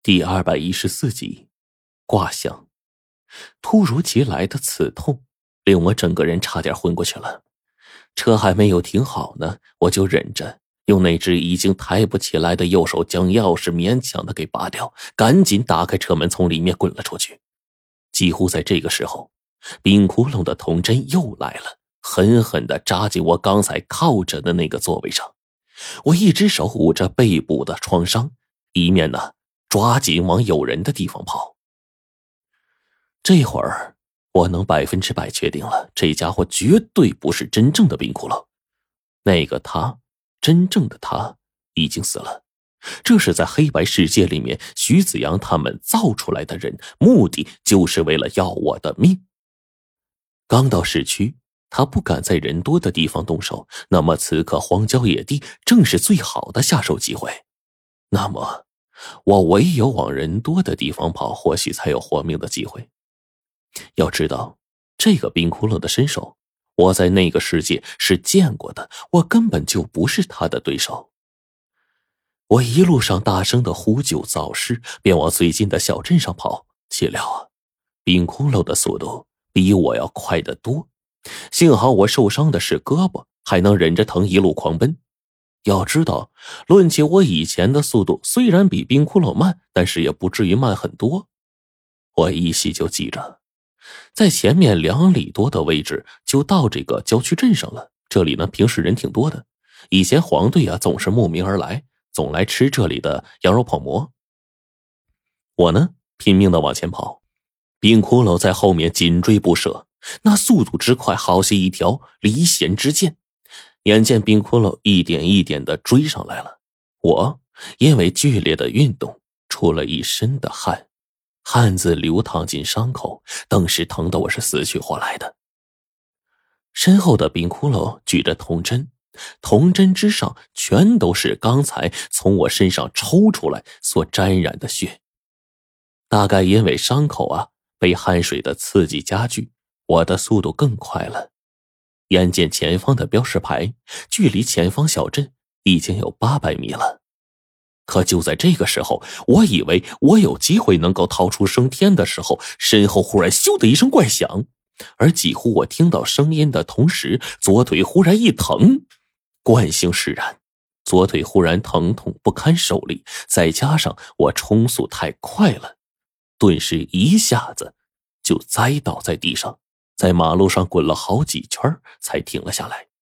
第214集，卦象。突如其来的刺痛令我整个人差点昏过去了。车还没有停好呢，我就忍着用那只已经抬不起来的右手将钥匙勉强的给拔掉，赶紧打开车门从里面滚了出去。几乎在这个时候，冰窟窿的铜针又来了，狠狠地扎进我刚才靠着的那个座位上。我一只手捂着背部的创伤，一面呢抓紧往有人的地方跑。这会儿我能100%确定了，这家伙绝对不是真正的冰窟窿。那个他，真正的他已经死了。这是在黑白世界里面徐子阳他们造出来的人，目的就是为了要我的命。刚到市区，他不敢在人多的地方动手，那么此刻荒郊野地正是最好的下手机会。那么我唯有往人多的地方跑，或许才有活命的机会。要知道，这个冰窟窿的身手，我在那个世界是见过的，我根本就不是他的对手。我一路上大声的呼救造势，便往最近的小镇上跑。岂料啊，冰窟窿的速度比我要快得多。幸好我受伤的是胳膊，还能忍着疼一路狂奔。要知道，论起我以前的速度，虽然比冰窟窿慢，但是也不至于慢很多。我依稀就记着，在前面2里多的位置就到这个郊区镇上了。这里呢，平时人挺多的，以前黄队啊总是慕名而来，总来吃这里的羊肉泡馍。我呢，拼命的往前跑，冰窟窿在后面紧追不舍，那速度之快，好似一条离弦之箭。眼见冰窟窿一点一点的追上来了，我因为剧烈的运动出了一身的汗，汗渍流淌进伤口，顿时疼得我是死去活来的。身后的冰窟窿举着铜针，铜针之上全都是刚才从我身上抽出来所沾染的血。大概因为伤口啊被汗水的刺激加剧，我的速度更快了。眼见前方的标识牌，距离前方小镇已经有800米了。可就在这个时候，我以为我有机会能够逃出升天的时候，身后忽然咻的一声怪响，而几乎我听到声音的同时，左腿忽然一疼，惯性使然，左腿忽然疼痛不堪受力，再加上我冲速太快了，顿时一下子就栽倒在地上，在马路上滚了好几圈才停了下来。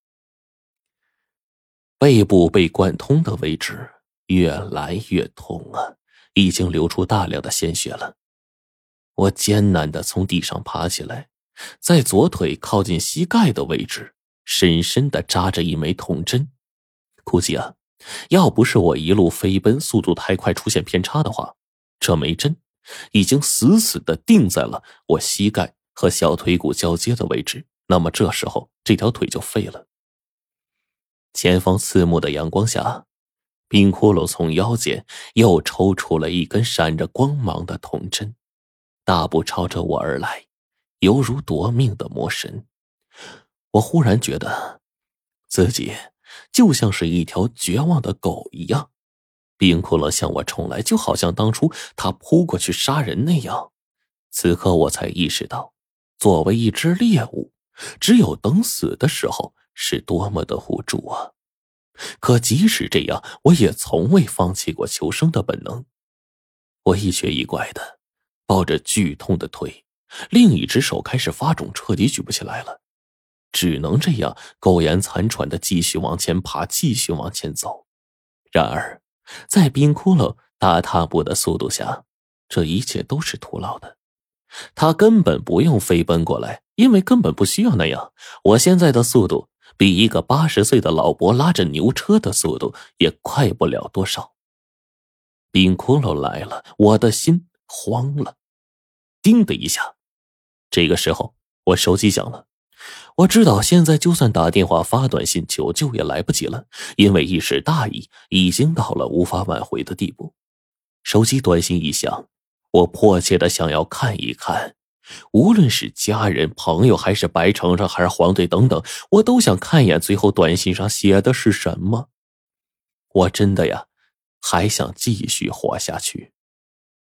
背部被贯通的位置越来越痛啊，已经流出大量的鲜血了。我艰难地从地上爬起来，在左腿靠近膝盖的位置深深地扎着一枚铜针。估计啊，要不是我一路飞奔速度太快出现偏差的话，这枚针已经死死地钉在了我膝盖和小腿骨交接的位置，那么这时候这条腿就废了。前方刺目的阳光下，冰窟窿从腰间又抽出了一根闪着光芒的铜针，大步朝着我而来，犹如夺命的魔神。我忽然觉得自己就像是一条绝望的狗一样，冰窟窿向我冲来，就好像当初他扑过去杀人那样。此刻我才意识到，作为一只猎物，只有等死的时候是多么的无助啊！可即使这样，我也从未放弃过求生的本能。我一瘸一拐的抱着剧痛的腿，另一只手开始发肿，彻底举不起来了，只能这样苟延残喘的继续往前爬，继续往前走。然而在冰窟窿大踏步的速度下，这一切都是徒劳的。他根本不用飞奔过来，因为根本不需要那样。我现在的速度比一个80岁的老伯拉着牛车的速度也快不了多少。冰窟窿来了，我的心慌了。叮的一下，这个时候我手机响了。我知道现在就算打电话发短信求救也来不及了，因为一时大意已经到了无法挽回的地步。手机短信一响，我迫切的想要看一看，无论是家人朋友还是白程程还是黄队等等，我都想看一眼最后短信上写的是什么。我真的呀还想继续活下去。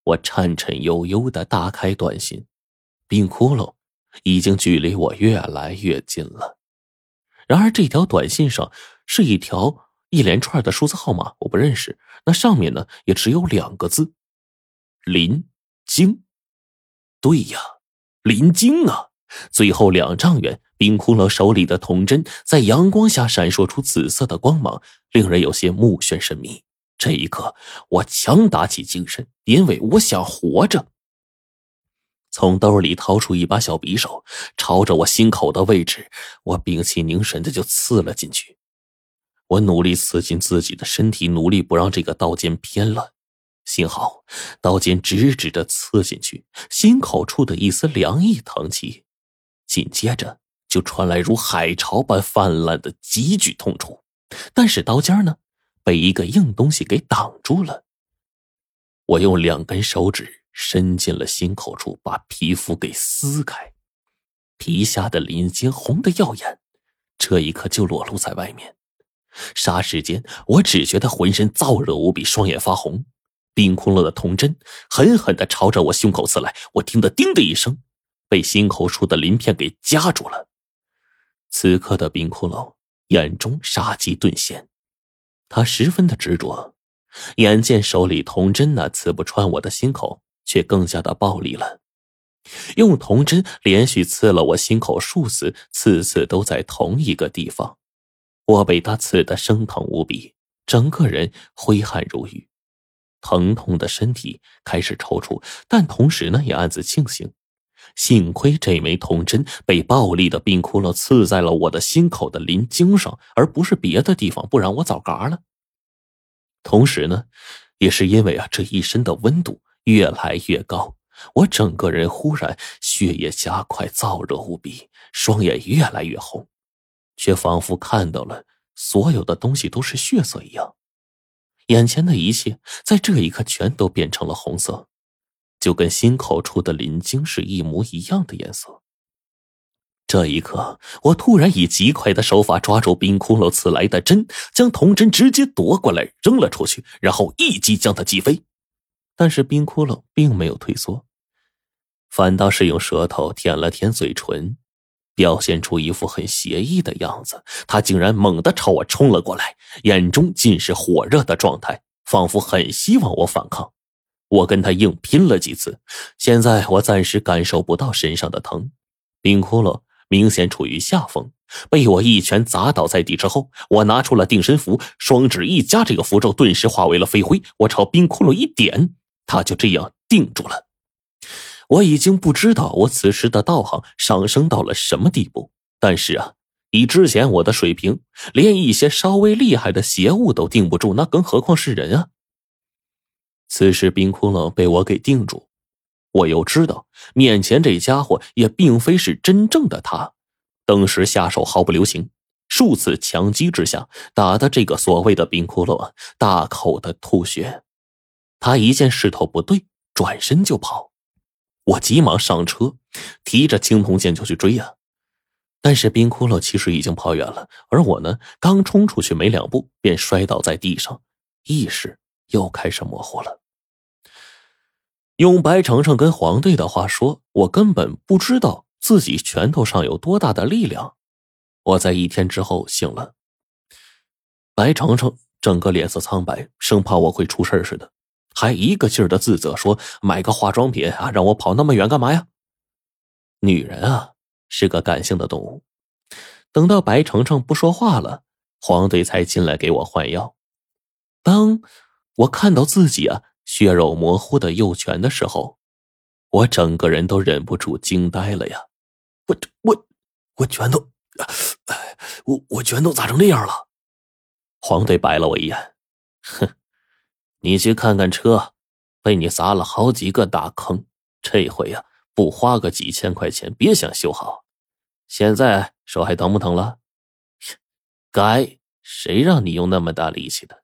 我颤颤悠悠地打开短信，冰窟窿已经距离我越来越近了。然而这条短信上是一连串的数字号码，我不认识，那上面呢也只有2个字：林京。对呀，林京啊！最后2丈远，冰窟窿手里的铜针在阳光下闪烁出紫色的光芒，令人有些目眩神迷。这一刻，我强打起精神，因为我想活着。从兜里掏出一把小匕首，朝着我心口的位置，我屏气凝神的就刺了进去。我努力刺进自己的身体，努力不让这个刀尖偏了。幸好刀尖直直的刺进去，心口处的一丝凉意腾起，紧接着就传来如海潮般泛滥的急剧痛楚。但是刀尖呢，被一个硬东西给挡住了。我用2根手指伸进了心口处，把皮肤给撕开，皮下的鳞尖红得耀眼，这一刻就裸露在外面。霎时间，我只觉得浑身燥热无比，双眼发红。冰窟窿的铜针狠狠地朝着我胸口刺来，我听得叮的一声，被心口处的鳞片给夹住了。此刻的冰窟窿眼中杀机顿现，他十分的执着，眼见手里铜针呢刺不穿我的心口，却更加的暴力了。用铜针连续刺了我心口数次，次次都在同一个地方。我被他刺得生疼无比，整个人挥汗如雨，疼痛的身体开始抽搐，但同时呢也暗自庆幸，幸亏这枚铜针被暴力的冰窟窿刺在了我的心口的鳞茎上，而不是别的地方，不然我早嘎了。同时呢，也是因为这一身的温度越来越高，我整个人忽然血液加快，燥热无比，双眼越来越红，却仿佛看到了所有的东西都是血色一样。眼前的一切在这一刻全都变成了红色，就跟心口处的鳞茎是一模一样的颜色。这一刻，我突然以极快的手法抓住冰窟窿刺来的针，将铜针直接夺过来扔了出去，然后一击将它击飞。但是冰窟窿并没有退缩，反倒是用舌头舔了舔嘴唇，表现出一副很邪异的样子。他竟然猛地朝我冲了过来，眼中尽是火热的状态，仿佛很希望我反抗。我跟他硬拼了几次，现在我暂时感受不到身上的疼。冰窟窿明显处于下风，被我一拳砸倒在地之后，我拿出了定身符，双指一夹，这个符咒顿时化为了飞灰，我朝冰窟窿一点，他就这样定住了。我已经不知道我此时的道行上升到了什么地步，但是以之前我的水平，连一些稍微厉害的邪物都定不住，那更何况是人啊。此时冰窟窿被我给定住，我又知道面前这家伙也并非是真正的他，当时下手毫不留情，数次强击之下，打得这个所谓的冰窟窿大口的吐血。他一见势头不对，转身就跑。我急忙上车，提着青铜剑就去追但是冰窟窿其实已经跑远了，而我呢，刚冲出去没2步，便摔倒在地上，意识又开始模糊了。用白程程跟黄队的话说，我根本不知道自己拳头上有多大的力量。我在1天之后醒了，白程程整个脸色苍白，生怕我会出事似的，还一个劲儿的自责说买个化妆品让我跑那么远干嘛呀？女人是个感性的动物。等到白程程不说话了，黄队才进来给我换药。当我看到自己血肉模糊的右拳的时候，我整个人都忍不住惊呆了呀！我拳头，我拳头咋成这样了？黄队白了我一眼，哼，你去看看车，被你砸了好几个大坑，这回不花个几千块钱，别想修好。现在手还疼不疼了？该，谁让你用那么大力气的？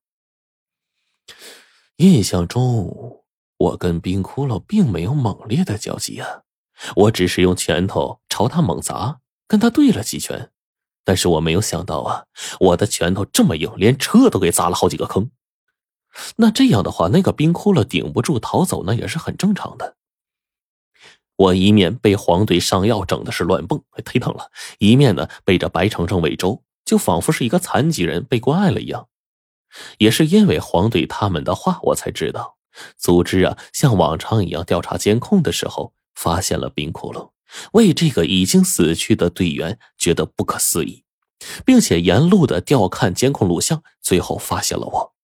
印象中，我跟冰窟窿并没有猛烈的交集我只是用拳头朝他猛砸，跟他对了几拳。但是我没有想到我的拳头这么硬，连车都给砸了好几个坑。 那这样的话，那个冰窟窿顶不住逃走，那也是很正常的。我一面被黄队上药整的是乱蹦，忒疼了，一面呢被这白程程围周，就仿佛是一个残疾人被关爱了一样。也是因为黄队他们的话，我才知道组织啊像往常一样调查监控的时候发现了冰窟窿，为这个已经死去的队员觉得不可思议，并且沿路的调看监控录像，最后发现了我。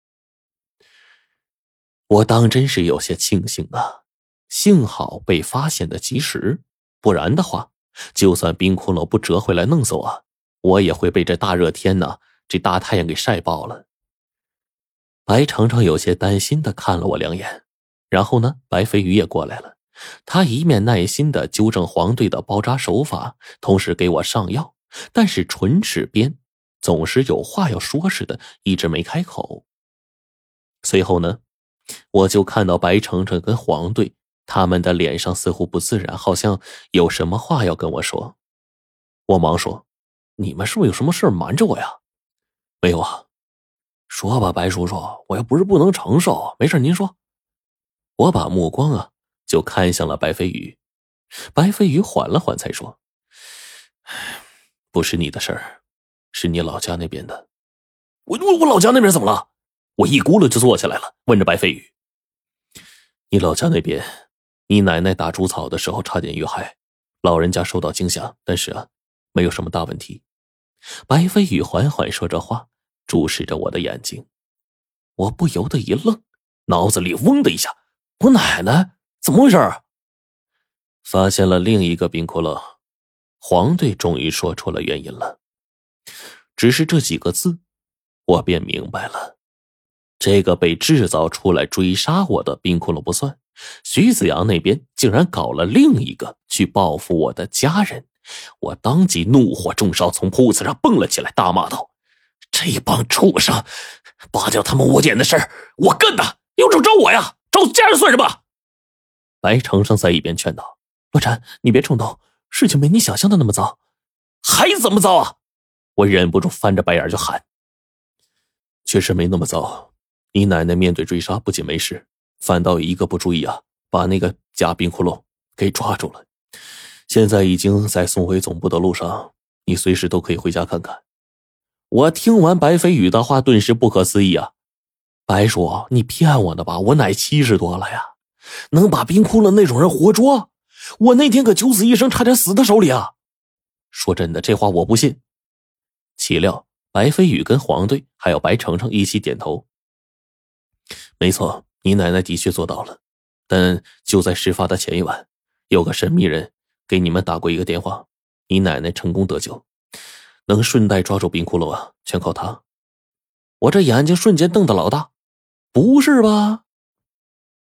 我当真是有些庆幸啊，幸好被发现的及时，不然的话，就算冰窟窿不折回来弄死我，我也会被这大热天呢，这大太阳给晒爆了。白程程有些担心的看了我两眼，然后呢，白飞鱼也过来了。他一面耐心的纠正黄队的包扎手法，同时给我上药，但是唇齿边总是有话要说似的，一直没开口。随后呢，我就看到白程程跟黄队他们的脸上似乎不自然，好像有什么话要跟我说。我忙说：“你们是不是有什么事瞒着我呀？”“没有啊。”“说吧，白叔叔，我又不是不能承受，没事您说。”我把目光啊就看向了白飞鱼。白飞鱼缓了缓才说：“不是你的事儿，是你老家那边的。”“我老家那边怎么了？”我一咕噜就坐起来了，问着白飞鱼：“你老家那边，你奶奶打猪草的时候差点遇害，老人家受到惊吓，但是啊，没有什么大问题。”白飞宇缓缓说着话，注视着我的眼睛。我不由得一愣，脑子里嗡的一下，我奶奶怎么回事啊？发现了另一个冰窟窿。黄队终于说出了原因了，只是这几个字我便明白了。这个被制造出来追杀我的冰窟窿不算，徐子阳那边竟然搞了另一个去报复我的家人。我当即怒火中烧，从铺子上蹦了起来，大骂道：“这帮畜生，扒掉他们窝点的事儿我干的，有种找我呀，找家人算什么？”白程程在一边劝道：“罗晨，你别冲动，事情没你想象的那么糟。”“还怎么糟啊？”我忍不住翻着白眼就喊。“确实没那么糟，你奶奶面对追杀不仅没事，反倒一个不注意啊，把那个假冰窟窿给抓住了。现在已经在送回总部的路上，你随时都可以回家看看。”我听完白飞宇的话，顿时不可思议啊！“白叔，你骗我的吧？我奶70多了呀，能把冰窟窿那种人活捉？我那天可九死一生，差点死他手里啊！”说真的，这话我不信。岂料白飞宇跟黄队还有白程程一起点头：“没错，你奶奶的确做到了。但就在事发的前一晚，有个神秘人给你们打过一个电话，你奶奶成功得救，能顺带抓住冰窟窿啊，全靠他。”我这眼睛瞬间瞪得老大，不是吧？